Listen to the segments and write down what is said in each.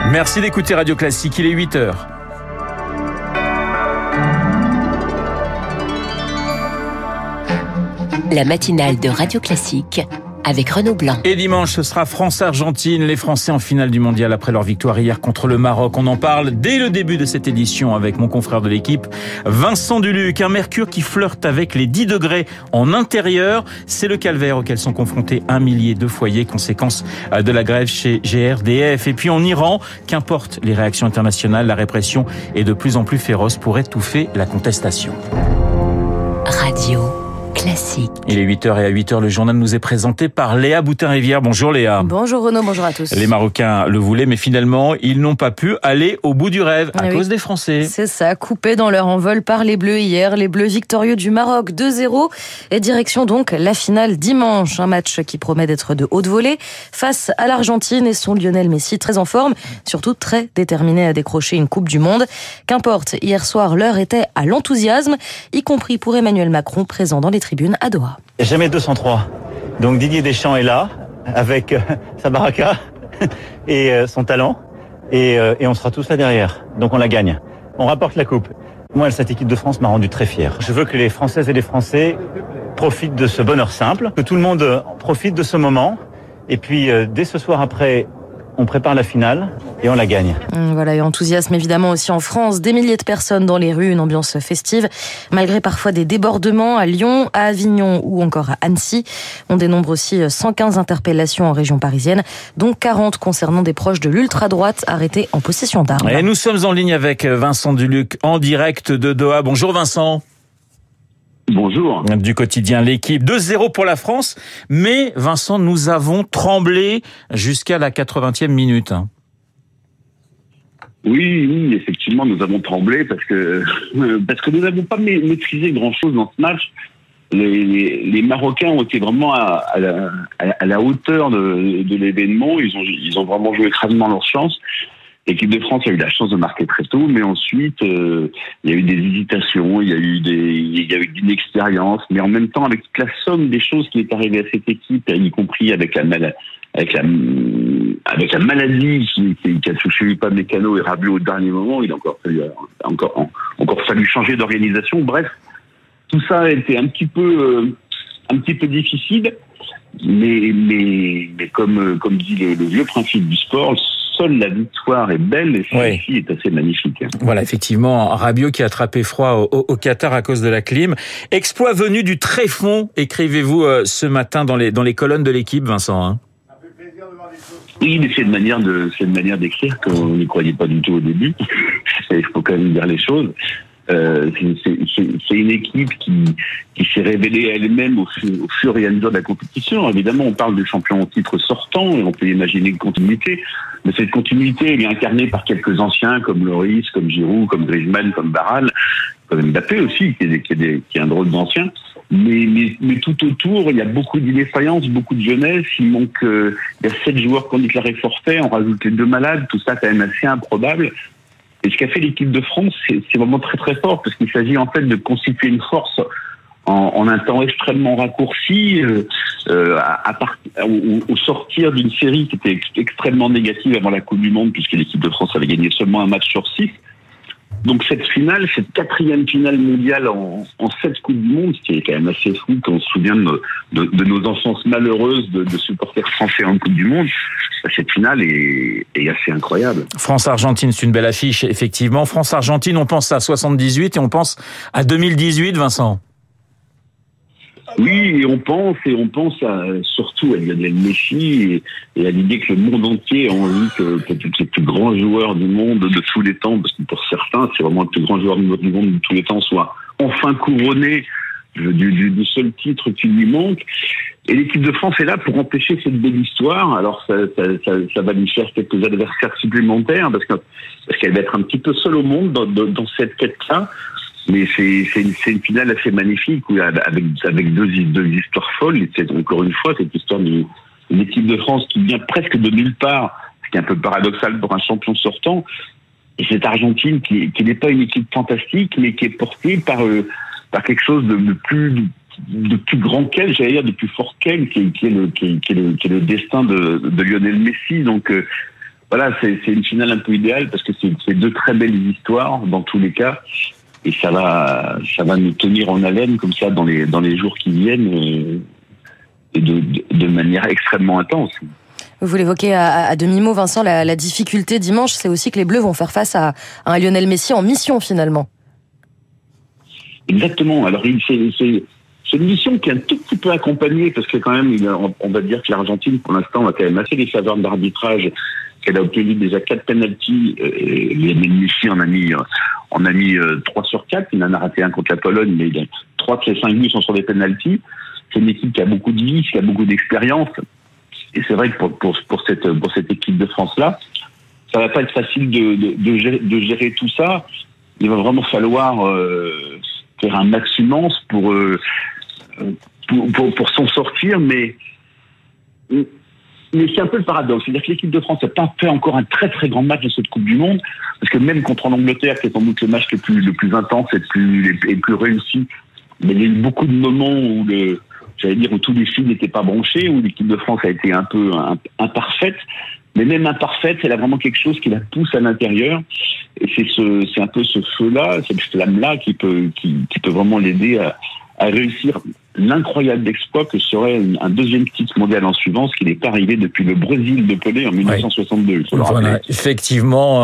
Merci d'écouter Radio Classique, il est 8h. La matinale de Radio Classique avec Renaud Blanc. Et dimanche, ce sera France-Argentine, les Français en finale du mondial après leur victoire hier contre le Maroc. On en parle dès le début de cette édition avec mon confrère de l'équipe, Vincent Duluc. Un mercure qui flirte avec les 10 degrés en intérieur. C'est le calvaire auquel sont confrontés 1 millier de foyers, conséquence de la grève chez GRDF. Et puis en Iran, qu'importe les réactions internationales, la répression est de plus en plus féroce pour étouffer la contestation. Radio Classique. Il est 8h et à 8h, le journal nous est présenté par Léa Boutin-Rivière. Bonjour Léa. Bonjour Renaud, bonjour à tous. Les Marocains le voulaient, mais finalement, ils n'ont pas pu aller au bout du rêve à cause des Français. C'est ça, coupés dans leur envol par les Bleus hier. Les Bleus victorieux du Maroc 2-0 et direction donc la finale dimanche. Un match qui promet d'être de haute volée face à l'Argentine et son Lionel Messi très en forme, surtout très déterminé à décrocher une Coupe du Monde. Qu'importe, hier soir, l'heure était à l'enthousiasme, y compris pour Emmanuel Macron, présent dans les tribunes à Doha. Il n'y a jamais 203. Donc Didier Deschamps est là, avec sa baraka et son talent. Et on sera tous là derrière. Donc on la gagne. On rapporte la coupe. Moi, cette équipe de France m'a rendu très fier. Je veux que les Françaises et les Français profitent de ce bonheur simple, que tout le monde profite de ce moment. Et puis, dès ce soir après, on prépare la finale et on la gagne. Voilà, et enthousiasme évidemment aussi en France. Des milliers de personnes dans les rues, une ambiance festive, malgré parfois des débordements à Lyon, à Avignon ou encore à Annecy. On dénombre aussi 115 interpellations en région parisienne, dont 40 concernant des proches de l'ultra-droite arrêtés en possession d'armes. Et nous sommes en ligne avec Vincent Duluc, en direct de Doha. Bonjour Vincent. Bonjour. Du quotidien L'Équipe. 2-0 pour la France. Mais Vincent, nous avons tremblé jusqu'à la 80e minute. Oui, effectivement, nous avons tremblé parce que nous n'avons pas maîtrisé grand-chose dans ce match. Les Marocains ont été vraiment à la hauteur de l'événement. Ils ont vraiment joué écrasement leur chance. L'équipe de France a eu la chance de marquer très tôt, mais ensuite il y a eu des hésitations, il y a eu une inexpérience, mais en même temps avec la somme des choses qui est arrivée à cette équipe, y compris avec la maladie qui a touché Upamecano et Rabiot au dernier moment, il a encore fallu changer d'organisation. Bref, tout ça a été un petit peu difficile, mais comme dit le vieux principe du sport, seule la victoire est belle et celle-ci est assez magnifique. Voilà, effectivement, Rabiot qui a attrapé froid au Qatar à cause de la clim. Exploit venu du tréfonds, écrivez-vous ce matin dans les colonnes de L'Équipe, Vincent. Hein. Oui, mais c'est une manière d'écrire qu'on n'y croyait pas du tout au début. Il faut quand même dire les choses. C'est une équipe qui s'est révélée elle-même au fur et à mesure de la compétition. Évidemment, on parle de champion au titre sortant et on peut imaginer une continuité. Mais cette continuité, elle est incarnée par quelques anciens comme Lloris, comme Giroud, comme Griezmann, comme Varane, comme Mbappé aussi, qui est un drôle d'ancien. Mais tout autour, il y a beaucoup d'inexpérience, beaucoup de jeunesse. Il y a 7 joueurs qu'on déclaré forfaits, on rajoute les 2 malades, tout ça quand même assez improbable. Et ce qu'a fait l'équipe de France, c'est vraiment très très fort, parce qu'il s'agit en fait de constituer une force en un temps extrêmement raccourci, au sortir d'une série qui était extrêmement négative avant la Coupe du Monde, puisque l'équipe de France avait gagné seulement un match sur 6. Donc cette 4e finale mondiale en 7 Coupes du Monde, ce qui est quand même assez fou quand on se souvient de nos enfances malheureuses de supporters français en Coupe du Monde. Cette finale est assez incroyable. France-Argentine, c'est une belle affiche, effectivement. France-Argentine, on pense à 78 et on pense à 2018, Vincent. Oui, et on pense surtout à Lionel Messi et à l'idée que le monde entier a envie que les plus grands joueurs du monde de tous les temps, parce que pour certains, c'est vraiment le plus grand joueur du monde de tous les temps, soit enfin couronné du seul titre qui lui manque. Et l'équipe de France est là pour empêcher cette belle histoire. Alors ça va lui faire quelques adversaires supplémentaires parce qu'elle va être un petit peu seule au monde dans cette quête-là. Mais c'est une finale assez magnifique avec deux histoires folles. Et c'est encore une fois cette histoire d'une équipe de France qui vient presque de nulle part, ce qui est un peu paradoxal pour un champion sortant. Et cette Argentine qui n'est pas une équipe fantastique, mais qui est portée par quelque chose de plus grand qu'elle, j'allais dire de plus fort qu'elle, qui est le destin de Lionel Messi. Donc voilà, c'est une finale un peu idéale parce que c'est deux très belles histoires dans tous les cas. Et ça va nous tenir en haleine comme ça dans les jours qui viennent et de manière extrêmement intense. Vous l'évoquez à demi-mot, Vincent, la difficulté dimanche, c'est aussi que les Bleus vont faire face à un Lionel Messi en mission finalement. Exactement. Alors c'est une mission qui est un tout petit peu accompagnée parce que quand même, on va dire que l'Argentine, pour l'instant, a quand même assez les faveurs d'arbitrage. Elle a obtenu déjà 4 pénaltys. Lionel Messi en a mis 3 sur 4. Il en a raté un contre la Pologne, mais 3 de ses 5 buts sont sur des pénaltys. C'est une équipe qui a beaucoup de vie, qui a beaucoup d'expérience. Et c'est vrai que pour cette équipe de France-là, ça va pas être facile de gérer tout ça. Il va vraiment falloir faire un max immense pour s'en sortir, mais c'est un peu le paradoxe. C'est-à-dire que l'équipe de France n'a pas fait encore un très très grand match de cette Coupe du Monde, parce que même contre l'Angleterre, qui est sans doute le match le plus intense et le plus réussi, mais il y a eu beaucoup de moments où où tous les fils n'étaient pas branchés, où l'équipe de France a été un peu imparfaite. Mais même imparfaite, elle a vraiment quelque chose qui la pousse à l'intérieur. Et c'est un peu ce feu-là, cette flamme-là qui peut vraiment l'aider à réussir l'incroyable exploit que serait un deuxième titre mondial en suivant, ce qui n'est pas arrivé depuis le Brésil de Pelé en 1962. Voilà, effectivement,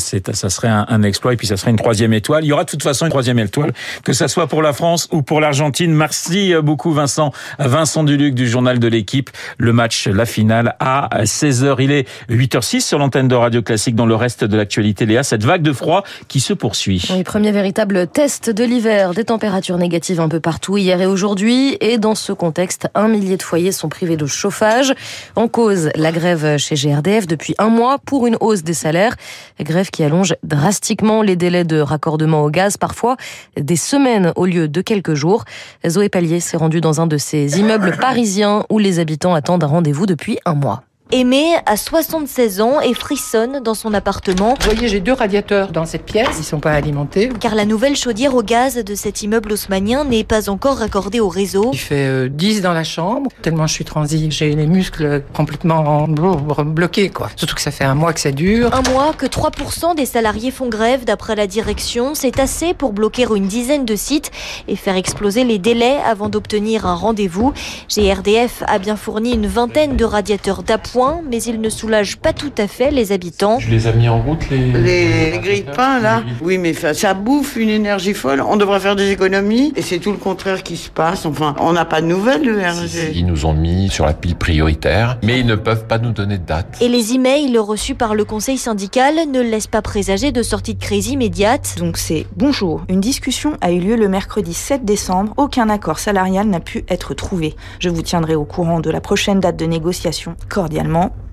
ça serait un exploit et puis ça serait une 3e étoile. Il y aura de toute façon une 3e étoile, que ça soit pour la France ou pour l'Argentine. Merci beaucoup Vincent Duluc du journal de l'équipe. Le match, la finale à 16h. Il est 8h06 sur l'antenne de Radio Classique. Dans le reste de l'actualité, Léa, cette vague de froid qui se poursuit. Oui, premier véritable test de l'hiver, des températures négatives un peu partout hier et aujourd'hui. Et dans ce contexte, 1 millier de foyers sont privés de chauffage. En cause, la grève chez GRDF depuis 1 mois pour une hausse des salaires. Grève qui allonge drastiquement les délais de raccordement au gaz, parfois des semaines au lieu de quelques jours. Zoé Pallier s'est rendue dans un de ces immeubles parisiens où les habitants attendent un rendez-vous depuis 1 mois. Aimé a 76 ans et frissonne dans son appartement. Vous voyez, j'ai 2 radiateurs dans cette pièce, ils sont pas alimentés. Car la nouvelle chaudière au gaz de cet immeuble haussmannien n'est pas encore raccordée au réseau. Il fait 10 dans la chambre, tellement je suis transie, j'ai les muscles complètement bloqués, quoi. Surtout que ça fait 1 mois que ça dure. 1 mois que 3% des salariés font grève d'après la direction. C'est assez pour bloquer une dizaine de sites et faire exploser les délais avant d'obtenir un rendez-vous. GRDF a bien fourni une vingtaine de radiateurs d'appoint, mais il ne soulage pas tout à fait les habitants. Tu les as mis en route, les grilles de pain, là? Oui, mais ça bouffe une énergie folle. On devrait faire des économies et c'est tout le contraire qui se passe. Enfin, on n'a pas de nouvelles, le RG. Ils nous ont mis sur la pile prioritaire, mais ils ne peuvent pas nous donner de date. Et les emails reçus par le conseil syndical ne laissent pas présager de sortie de crise immédiate. Donc c'est bonjour. Une discussion a eu lieu le mercredi 7 décembre. Aucun accord salarial n'a pu être trouvé. Je vous tiendrai au courant de la prochaine date de négociation. Cordialement,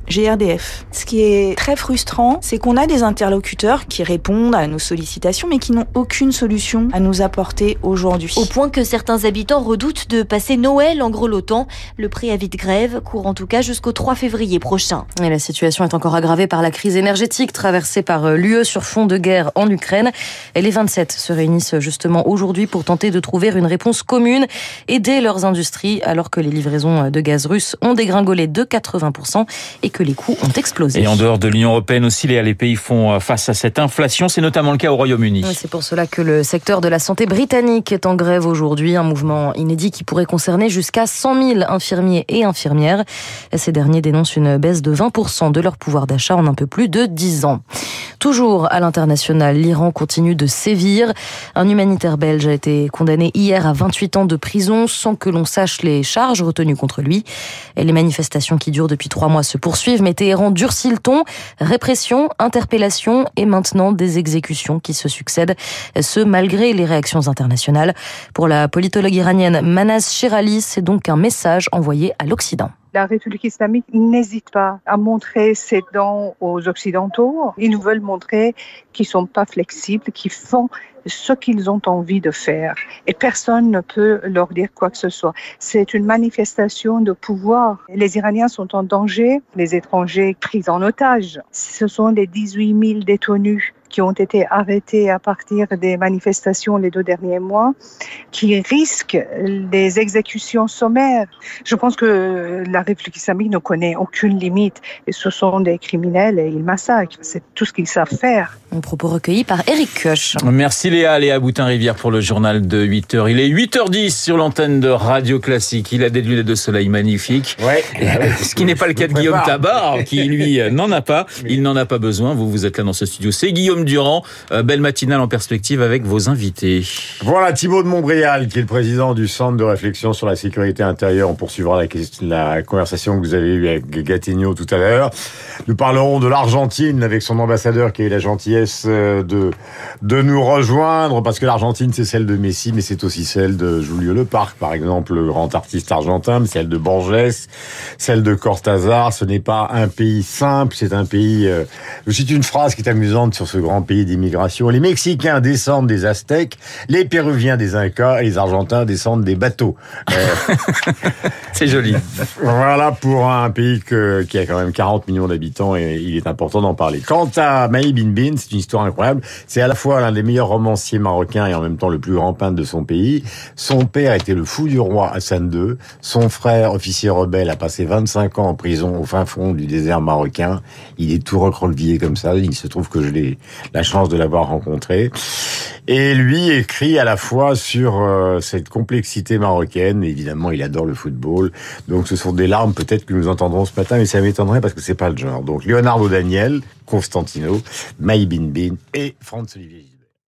GRDF. Ce qui est très frustrant, c'est qu'on a des interlocuteurs qui répondent à nos sollicitations, mais qui n'ont aucune solution à nous apporter aujourd'hui. Au point que certains habitants redoutent de passer Noël en grelottant. Le préavis de grève court en tout cas jusqu'au 3 février prochain. Et la situation est encore aggravée par la crise énergétique traversée par l'UE sur fond de guerre en Ukraine. Et les 27 se réunissent justement aujourd'hui pour tenter de trouver une réponse commune, aider leurs industries alors que les livraisons de gaz russe ont dégringolé de 80% et que les coûts ont explosé. Et en dehors de l'Union européenne aussi, les pays font face à cette inflation. C'est notamment le cas au Royaume-Uni. Oui, c'est pour cela que le secteur de la santé britannique est en grève aujourd'hui. Un mouvement inédit qui pourrait concerner jusqu'à 100 000 infirmiers et infirmières. Ces derniers dénoncent une baisse de 20% de leur pouvoir d'achat en un peu plus de 10 ans. Toujours à l'international, l'Iran continue de sévir. Un humanitaire belge a été condamné hier à 28 ans de prison sans que l'on sache les charges retenues contre lui. Et les manifestations qui durent depuis 3 mois se poursuivent, mais Téhéran durcit le ton. Répression, interpellation et maintenant des exécutions qui se succèdent. Ce, malgré les réactions internationales. Pour la politologue iranienne Manaz Shirali, c'est donc un message envoyé à l'Occident. La République islamique n'hésite pas à montrer ses dents aux Occidentaux. Ils nous veulent montrer qu'ils ne sont pas flexibles, qu'ils font ce qu'ils ont envie de faire. Et personne ne peut leur dire quoi que ce soit. C'est une manifestation de pouvoir. Les Iraniens sont en danger, les étrangers pris en otage. Ce sont les 18 000 détenus qui ont été arrêtés à partir des manifestations les 2 derniers mois, qui risquent des exécutions sommaires. Je pense que la République islamique ne connaît aucune limite. Et ce sont des criminels et ils massacrent. C'est tout ce qu'ils savent faire. Un propos recueilli par Éric Koch. Merci Léa Boutin-Rivière pour le journal de 8h. Il est 8h10 sur l'antenne de Radio Classique. Il a des lunettes de soleil magnifiques. Ouais. Ce qui n'est pas le cas de Guillaume Tabar, qui lui n'en a pas. Il n'en a pas besoin. Vous êtes là dans ce studio. C'est Guillaume Durand. Belle matinale en perspective avec vos invités. Voilà Thibaut de Montbrial, qui est le président du Centre de réflexion sur la sécurité intérieure. On poursuivra la conversation que vous avez eue avec Gattegno tout à l'heure. Nous parlerons de l'Argentine avec son ambassadeur qui a eu la gentillesse de nous rejoindre, parce que l'Argentine, c'est celle de Messi, mais c'est aussi celle de Julio Leparc, par exemple, le grand artiste argentin, mais celle de Borges, celle de Cortázar. Ce n'est pas un pays simple, c'est un pays... Je cite une phrase qui est amusante sur ce grand pays d'immigration. Les Mexicains descendent des Aztèques, les Péruviens des Incas et les Argentins descendent des bateaux. C'est joli. Voilà pour un pays qui a quand même 40 millions d'habitants, et il est important d'en parler. Quant à Mahi Bin, c'est une histoire incroyable. C'est à la fois l'un des meilleurs romanciers marocains et en même temps le plus grand peintre de son pays. Son père était le fou du roi Hassan II. Son frère, officier rebelle, a passé 25 ans en prison au fin fond du désert marocain. Il est tout recroquevillé comme ça. Il se trouve que j'ai la chance de l'avoir rencontré. Et lui écrit à la fois sur cette complexité marocaine. Évidemment, il adore le football. Donc ce sont des larmes peut-être que nous entendrons ce matin, mais ça m'étonnerait parce que c'est pas le genre. Donc Leonardo Daniel, Constantino, Mahi Bin et Franz Olivier.